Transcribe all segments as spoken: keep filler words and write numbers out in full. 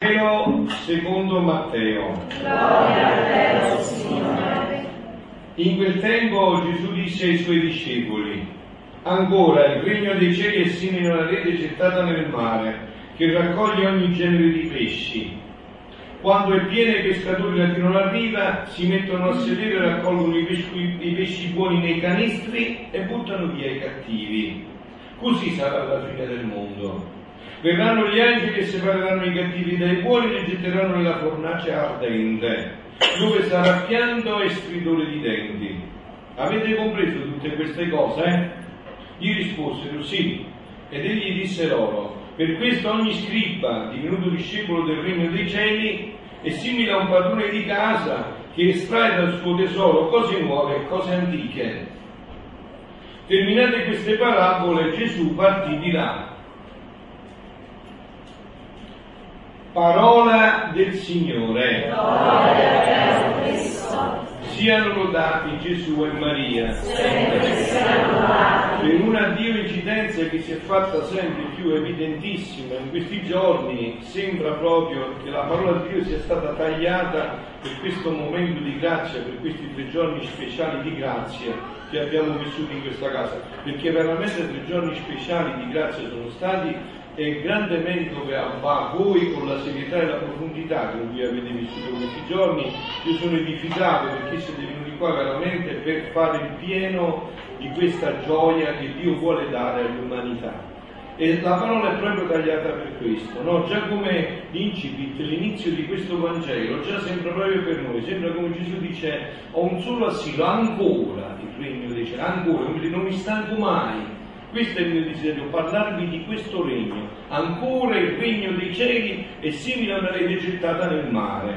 Vangelo secondo Matteo. Gloria a te, Signore. In quel tempo Gesù disse ai suoi discepoli: ancora, il regno dei cieli è simile a una rete gettata nel mare, che raccoglie ogni genere di pesci. Quando è piena i pescatori la tirano a riva, si mettono a sedere, raccolgono i pesci, i pesci buoni nei canestri e buttano via i cattivi. Così sarà la fine del mondo. Verranno gli angeli e separeranno i cattivi dai buoni e li getteranno nella fornace ardente, dove sarà pianto e stridore di denti. Avete compreso tutte queste cose? Gli risposero sì, ed egli disse loro: per questo ogni scriba, divenuto discepolo del regno dei cieli, è simile a un padrone di casa che estrae dal suo tesoro cose nuove e cose antiche. Terminate queste parabole, Gesù partì di là. Parola del Signore. Gloria a te, Cristo. Siano lodati Gesù e Maria. Sempre siano lodati. Per una Dio incidenza che si è fatta sempre più evidentissima in questi giorni, sembra proprio che la parola di Dio sia stata tagliata per questo momento di grazia, per questi tre giorni speciali di grazia che abbiamo vissuto in questa casa, perché veramente tre giorni speciali di grazia sono stati, e grande merito a voi con la serietà e la profondità con cui avete vissuto questi giorni. Io sono edificato perché siete venuti qua veramente per fare il pieno di questa gioia che Dio vuole dare all'umanità. E la parola è proprio tagliata per questo, no? Già come l'incipit, l'inizio di questo Vangelo, già sembra proprio per noi, sembra come Gesù dice: ho un solo asilo, ancora il regno dei cieli, ancora, non mi stanco mai. Questo è il mio desiderio, parlarvi di questo regno. Ancora il regno dei cieli è simile a una rete gettata nel mare.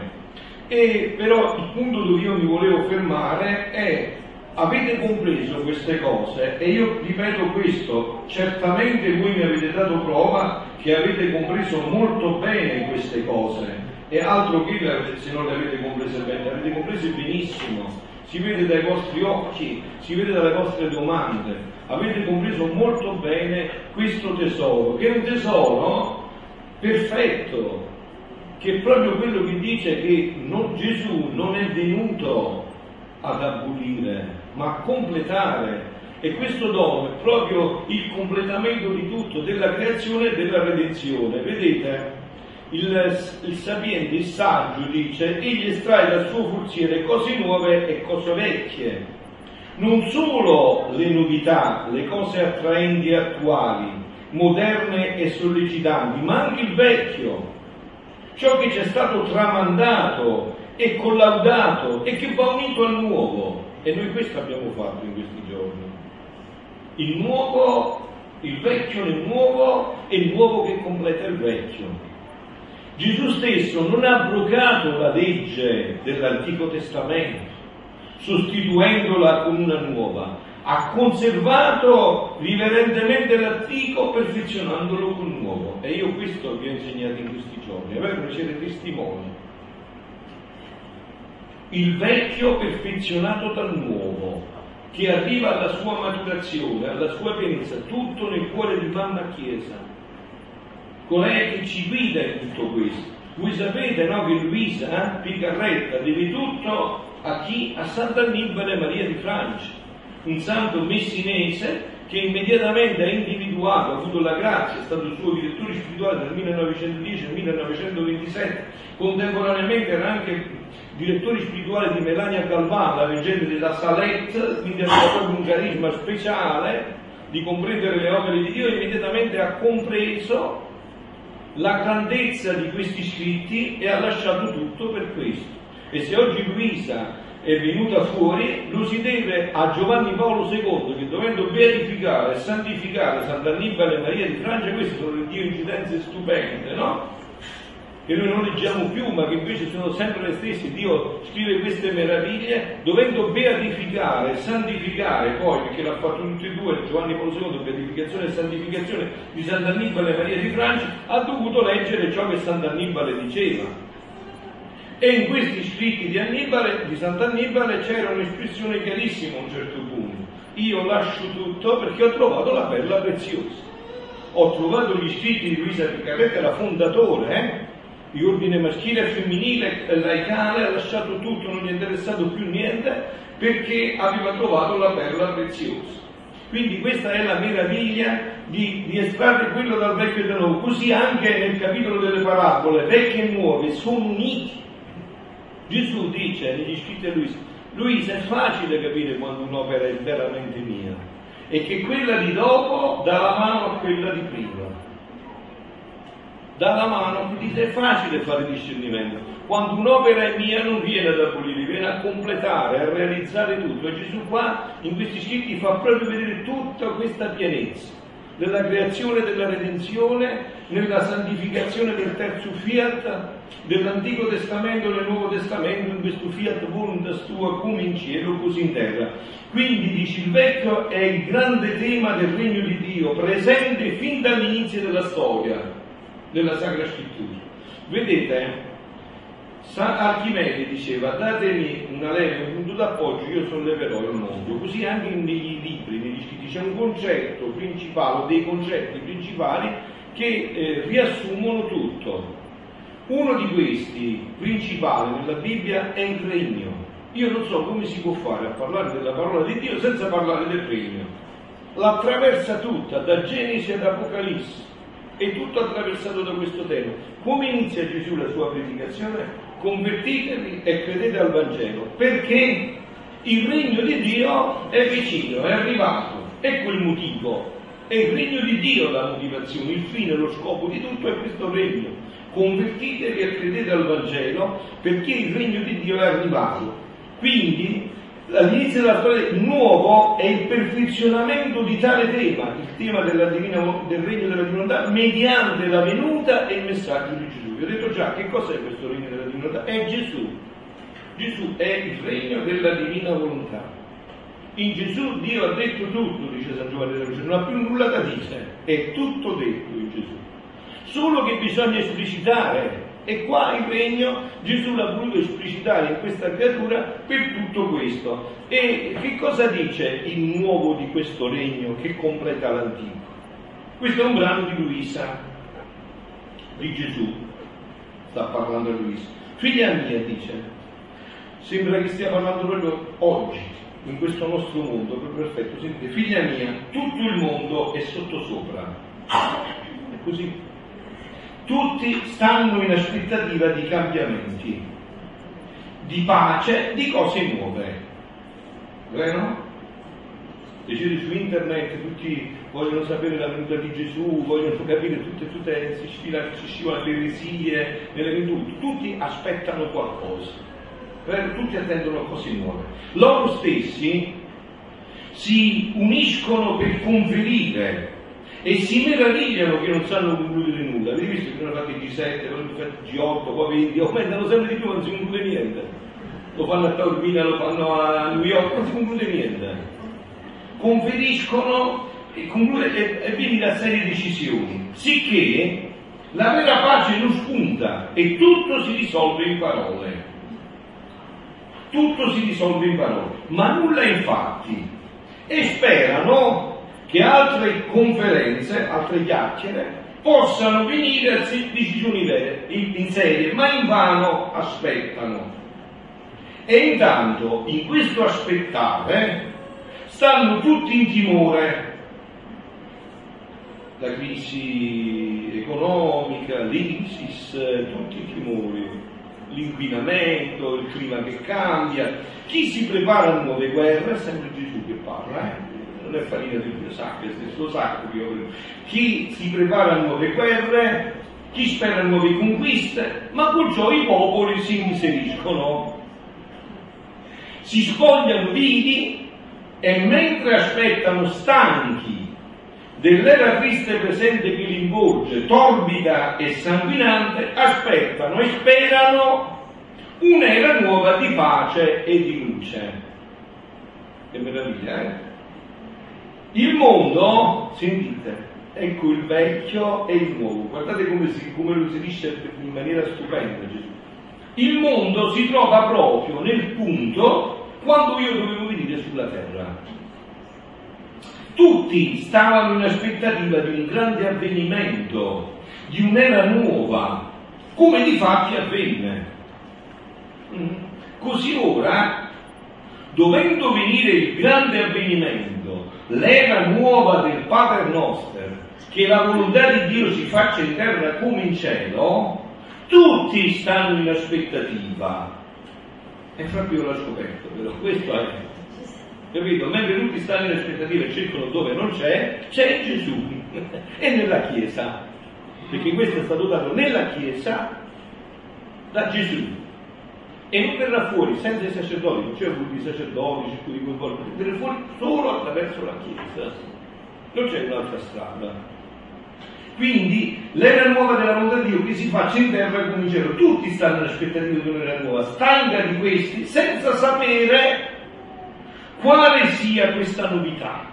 E però il punto dove io mi volevo fermare è: avete compreso queste cose? E io ripeto questo, certamente voi mi avete dato prova che avete compreso molto bene queste cose, e altro che se non le avete comprese bene, le avete comprese benissimo. Si vede dai vostri occhi, si vede dalle vostre domande. Avete compreso molto bene questo tesoro, che è un tesoro perfetto, che è proprio quello che dice che non, Gesù non è venuto ad abolire, ma a completare. E questo dono è proprio il completamento di tutto, della creazione e della redenzione. Vedete? Il, il sapiente, il saggio dice: egli estrae dal suo forziere cose nuove e cose vecchie. Non solo le novità, le cose attraenti e attuali, moderne e sollecitanti, ma anche il vecchio, ciò che ci è stato tramandato e collaudato e che va unito al nuovo. E noi questo abbiamo fatto in questi giorni. Il nuovo, il vecchio nel nuovo e il nuovo che completa il vecchio. Gesù stesso non ha abrogato la legge dell'Antico Testamento, sostituendola con una nuova, ha conservato riverentemente l'antico, perfezionandolo con nuovo. E io questo vi ho insegnato in questi giorni, avete siete testimoni. Il vecchio perfezionato dal nuovo, che arriva alla sua maturazione, alla sua pienezza, tutto nel cuore di mamma Chiesa. Colei che ci guida in tutto questo. Voi sapete, no, che Luisa eh, Picarretta deve tutto a chi? A Sant'Annibale Maria di Francia, un santo messinese che immediatamente ha individuato, ha avuto la grazia, è stato il suo direttore spirituale dal millenovecentodieci al millenovecentoventisette, contemporaneamente era anche direttore spirituale di Melania Galván, la reggente della Salette, quindi aveva proprio un carisma speciale di comprendere le opere di Dio, e immediatamente ha compreso la grandezza di questi scritti e ha lasciato tutto per questo. E se oggi Luisa è venuta fuori, lo si deve a Giovanni Paolo secondo, che dovendo beatificare e santificare Sant'Annibale Maria di Francia, queste sono le Dio incidenze stupende, no? Che noi non leggiamo più, ma che invece sono sempre le stesse. Dio scrive queste meraviglie, dovendo beatificare e santificare poi, perché l'ha fatto tutti e due, Giovanni Paolo secondo, beatificazione e santificazione di Sant'Annibale Maria di Francia, ha dovuto leggere ciò che Sant'Annibale diceva. E in questi scritti di Annibale, di Sant'Annibale, c'era un'espressione chiarissima a un certo punto: io lascio tutto perché ho trovato la perla preziosa. Ho trovato gli scritti di Luisa Picarretta, la fondatore, eh? di ordine maschile e femminile, laicale, ha lasciato tutto, non gli è interessato più niente, perché aveva trovato la perla preziosa. Quindi questa è la meraviglia di, di estrarre quello dal vecchio e dal nuovo. Così anche nel capitolo delle parabole, vecchie e nuove sono uniti. Gesù dice negli scritti a Luisa, Luisa, è facile capire quando un'opera è veramente mia, e che quella di dopo dà la mano a quella di prima. Dà la mano, quindi è facile fare discernimento. Quando un'opera è mia non viene ad abolire, viene a completare, a realizzare tutto. E Gesù qua, in questi scritti, fa proprio vedere tutta questa pienezza, nella creazione della redenzione, nella santificazione del terzo fiat, dell'Antico Testamento nel Nuovo Testamento, in questo fiat voluntas tua come in cielo, così in terra. Quindi, dice, il vecchio è il grande tema del regno di Dio, presente fin dall'inizio della storia, della Sacra Scrittura. Vedete, Archimede diceva, datemi una leva, un punto d'appoggio, io solleverò il mondo. Così anche negli libri, negli scritti, c'è un concetto principale, dei concetti principali che eh, riassumono tutto. Uno di questi principali nella Bibbia è il regno. Io non so come si può fare a parlare della parola di Dio senza parlare del regno. L'attraversa tutta, da Genesi ad Apocalisse, è tutto attraversato da questo tema. Come inizia Gesù la sua predicazione? Convertitevi e credete al Vangelo, perché il regno di Dio è vicino, è arrivato. Ecco il motivo. È il regno di Dio la motivazione, il fine, lo scopo di tutto è questo regno. Convertitevi e credete al Vangelo, perché il regno di Dio è arrivato. Quindi, all'inizio della storia, il nuovo è il perfezionamento di tale tema, il tema della divina, del regno della divinità, mediante la venuta e il messaggio di Gesù. Vi ho detto già, che cos'è questo regno della divinità? È Gesù. Gesù è il regno della divina volontà. In Gesù Dio ha detto tutto, dice San Giovanni della Croce, non ha più nulla da dire, è tutto detto in Gesù. Solo che bisogna esplicitare. E qua il regno Gesù l'ha voluto esplicitare in questa creatura per tutto questo. E che cosa dice il nuovo di questo regno che completa l'antico? Questo è un brano di Luisa, di Gesù, sta parlando a Luisa. Figlia mia, dice, sembra che stia parlando proprio oggi, in questo nostro mondo, proprio perfetto. Sentite, figlia mia, tutto il mondo è sottosopra. È così. Tutti stanno in aspettativa di cambiamenti, di pace, di cose nuove. Vero? Leggete su internet, tutti vogliono sapere la venuta di Gesù, vogliono capire tutte, tutte si scivola, si scivola le eresie, nelle tutti, tutti aspettano qualcosa, vero? Tutti attendono cose nuove. Loro stessi si uniscono per conferire e si meravigliano che non sanno concludere nulla. Avete visto che sono fatti G sette, poi sono fatti G otto, poi venti, aumentano sempre di più, non si conclude niente. Lo fanno a Taormina, lo fanno a New York, non si conclude niente. Conferiscono e, conclude, e, e viene da serie decisioni, sicché la vera pace non spunta e tutto si risolve in parole. Tutto si risolve in parole, ma nulla in fatti. E sperano che altre conferenze, altre chiacchiere, possano venire a decisioni vere, in serie, ma invano aspettano. E intanto, in questo aspettare, stanno tutti in timore. La crisi economica, l'ISIS, tutti i timori, l'inquinamento, il clima che cambia. Chi si prepara a nuove guerre, è sempre Gesù che parla, eh? Non è farina del mio sacco, è il stesso sacco che io prendo. Chi si prepara a nuove guerre, chi spera a nuove conquiste, ma con ciò i popoli si inseriscono, si spogliano vivi e mentre aspettano stanchi dell'era triste presente che li involge, torbida e sanguinante, aspettano e sperano un'era nuova di pace e di luce. Che meraviglia, eh? Il mondo, sentite, ecco il vecchio e il nuovo. Guardate come, si, come lo si dice in maniera stupenda Gesù. Il mondo si trova proprio nel punto quando io dovevo venire sulla terra. Tutti stavano in aspettativa di un grande avvenimento, di un'era nuova, come di fatti avvenne. Mm. Così ora, dovendo venire il grande avvenimento, l'era nuova del Pater Noster, che la volontà di Dio si faccia in terra come in cielo, tutti stanno in aspettativa. E proprio l'ho scoperto, però questo è, capito? Mentre tutti stanno in aspettativa e cercano dove non c'è, c'è Gesù e nella Chiesa, perché questo è stato dato nella Chiesa da Gesù e non verrà fuori senza i sacerdoti, non c'è avuto i sacerdoti, circoli di coinvolgimento, verrà fuori solo attraverso la Chiesa, non c'è un'altra strada. Quindi l'era nuova della volontà di Dio che si faccia in terra come in cielo, tutti stanno in aspettativa di un'era nuova, stanca di questi, senza sapere quale sia questa novità,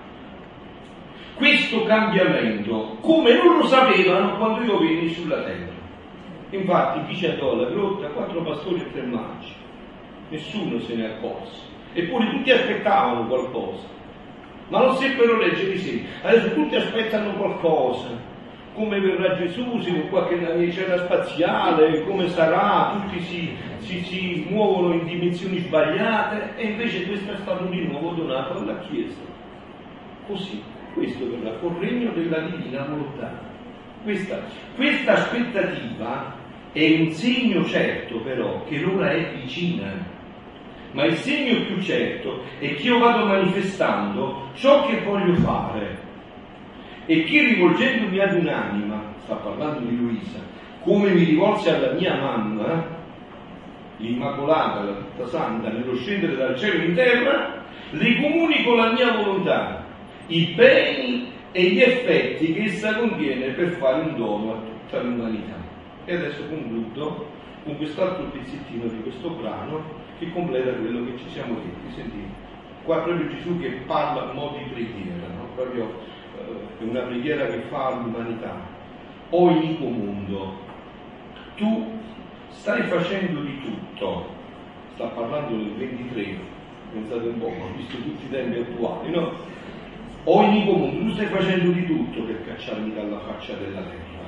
questo cambiamento, come non lo sapevano quando io venni sulla terra. Infatti chi ci andò alla grotta? Quattro pastori e tre magi, nessuno se ne accorse, eppure tutti aspettavano qualcosa, ma non seppero leggere i segni. Adesso tutti aspettano qualcosa, come verrà Gesù, se con qualche navicella spaziale, come sarà, tutti si, si, si muovono in dimensioni sbagliate, e invece questo è stato di nuovo donato alla Chiesa. Così, questo verrà col regno della divina volontà. Questa, questa aspettativa è un segno certo però che l'ora è vicina, ma il segno più certo è che io vado manifestando ciò che voglio fare e che rivolgendomi ad un'anima, sta parlando di Luisa, come mi rivolse alla mia mamma, l'Immacolata, la tutta santa, nello scendere dal cielo in terra, le comunico la mia volontà, i beni e gli effetti che essa contiene per fare un dono a tutta l'umanità. E adesso concludo con quest'altro pezzettino di questo brano che completa quello che ci siamo detti. Sentite, qua proprio Gesù che parla a mo' di preghiera, no? Proprio è una preghiera che fa all'umanità. O iniquo mondo, tu stai facendo di tutto, sta parlando del ventitré, pensate un po', ho visto tutti i tempi attuali, no? O iniquo mondo, tu stai facendo di tutto per cacciarmi dalla faccia della terra,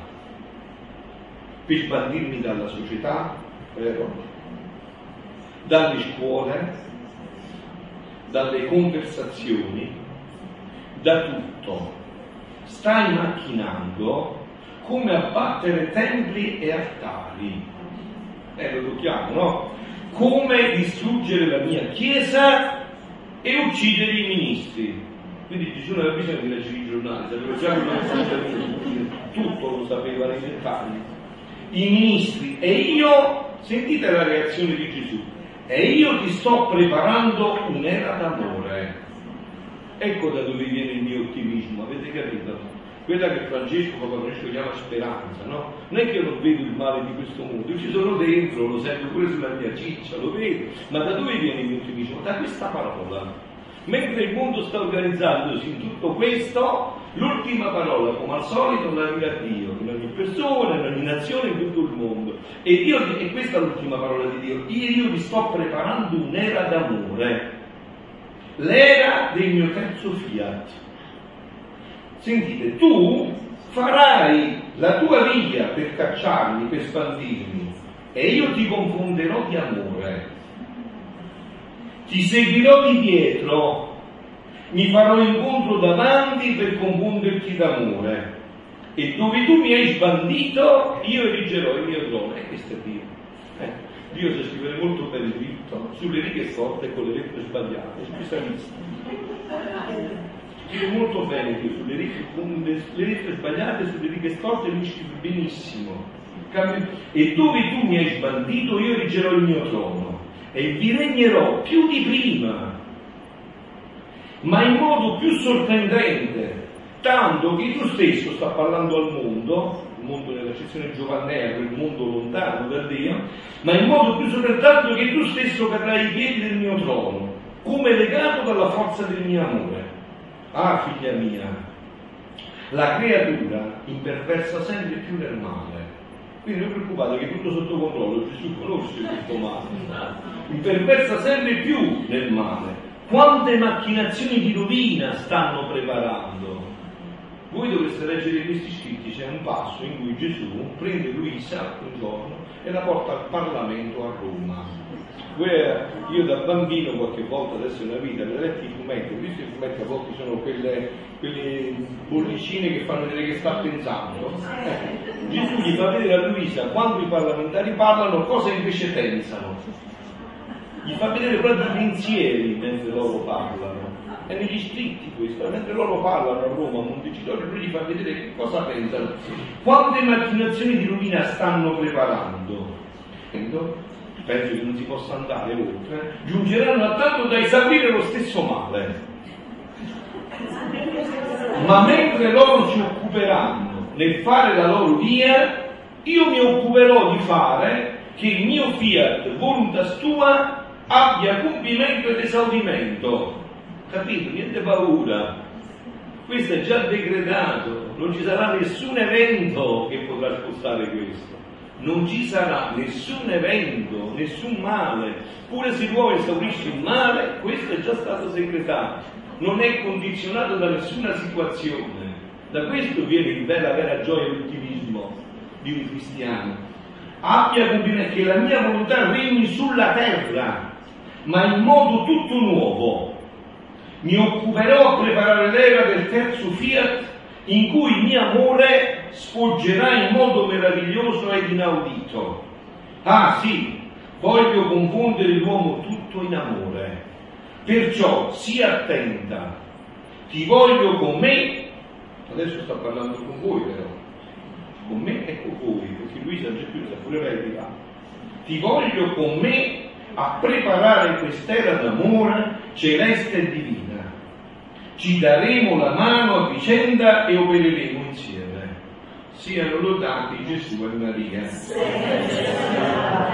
per sbandirmi dalla società, vero? Dalle scuole, dalle conversazioni, da tutto. Stai macchinando come abbattere templi e altari. Eh, lo tocchiamo, no? Come distruggere la mia Chiesa e uccidere i ministri. Quindi Gesù non aveva bisogno di leggere i giornali, sapeva già che tutto lo sapeva nei dettagli. I ministri, e io, sentite la reazione di Gesù, e io ti sto preparando un'era d'amore. Ecco da dove viene il mio ottimismo, avete capito? Quella che Francesco, Papa Francesco chiama speranza, no? Non è che io non vedo il male di questo mondo, io ci sono dentro, lo sento pure sulla mia ciccia, lo vedo, ma da dove viene il mio ottimismo? Da questa parola. Mentre il mondo sta organizzandosi in tutto questo, l'ultima parola, come al solito, la dirà Dio, in ogni persona, in ogni nazione, in tutto il mondo. E, Dio, e questa è l'ultima parola di Dio. Io, io vi sto preparando un'era d'amore, l'era del mio terzo fiat. Sentite, tu farai la tua via per cacciarmi, per sbandirmi, e io ti confonderò di amore. Ti seguirò di dietro, mi farò incontro davanti per confonderti d'amore, e dove tu mi hai sbandito io erigerò il mio trono. E questo è Dio. Eh, Dio sa scrivere molto bene dritto, sulle righe storte e con le lettere sbagliate, specialista. Scrive molto bene Dio, sulle righe, con le, le lettere sbagliate, sulle righe storte lui scrive benissimo. E dove tu mi hai sbandito io erigerò il mio trono, e vi regnerò più di prima, ma in modo più sorprendente, tanto che tu stesso, sta parlando al mondo, il mondo nell'accezione giovannea, quel mondo lontano da Dio, ma in modo più sorprendente, tanto che tu stesso cadrai ai piedi del mio trono, come legato dalla forza del mio amore. Ah, figlia mia, la creatura imperversa sempre più nel male. Quindi non preoccupate che è tutto sotto controllo, Gesù conosce questo male, imperversa sempre più nel male. Quante macchinazioni di rovina stanno preparando? Voi dovreste leggere questi scritti, c'è un passo in cui Gesù prende Luisa un giorno e la porta al Parlamento a Roma. Io da bambino qualche volta, adesso nella vita, avevo letto i fumetti, ho visto i fumetti, a volte sono quelle, quelle bollicine che fanno vedere che sta pensando. Eh, Gesù gli fa vedere a Luisa, quando i parlamentari parlano, cosa invece pensano. Gli fa vedere proprio i pensieri mentre loro parlano. È negli scritti questo, mentre loro parlano a Roma, a Montecitorio, lui gli fa vedere che cosa pensano. Quante macchinazioni di rovina stanno preparando? Penso che non si possa andare oltre. Giungeranno a tanto da esaurire lo stesso male. Ma mentre loro si occuperanno nel fare la loro via, io mi occuperò di fare che il mio fiat voluntas tua abbia compimento ed esaurimento. Capito? Niente paura. Questo è già decretato, non ci sarà nessun evento che potrà spostare questo. Non ci sarà nessun evento, nessun male. Pure se l'uomo esaurisce il male, questo è già stato secretato. Non è condizionato da nessuna situazione. Da questo viene la vera gioia e l'ottimismo di un cristiano. Abbia compimento che la mia volontà regni sulla terra, ma in modo tutto nuovo. Mi occuperò a preparare l'era del terzo fiat, in cui il mio amore sfoggerà in modo meraviglioso ed inaudito. Ah sì, voglio confondere l'uomo tutto in amore. Perciò sii attenta, ti voglio con me, adesso sto parlando con voi però, con me e con voi, perché Luisa non c'è più, sta pure lei arrivata. Ti voglio con me a preparare quest'era d'amore celeste e divina. Ci daremo la mano a vicenda e opereremo insieme. Siano lodati Gesù e Maria.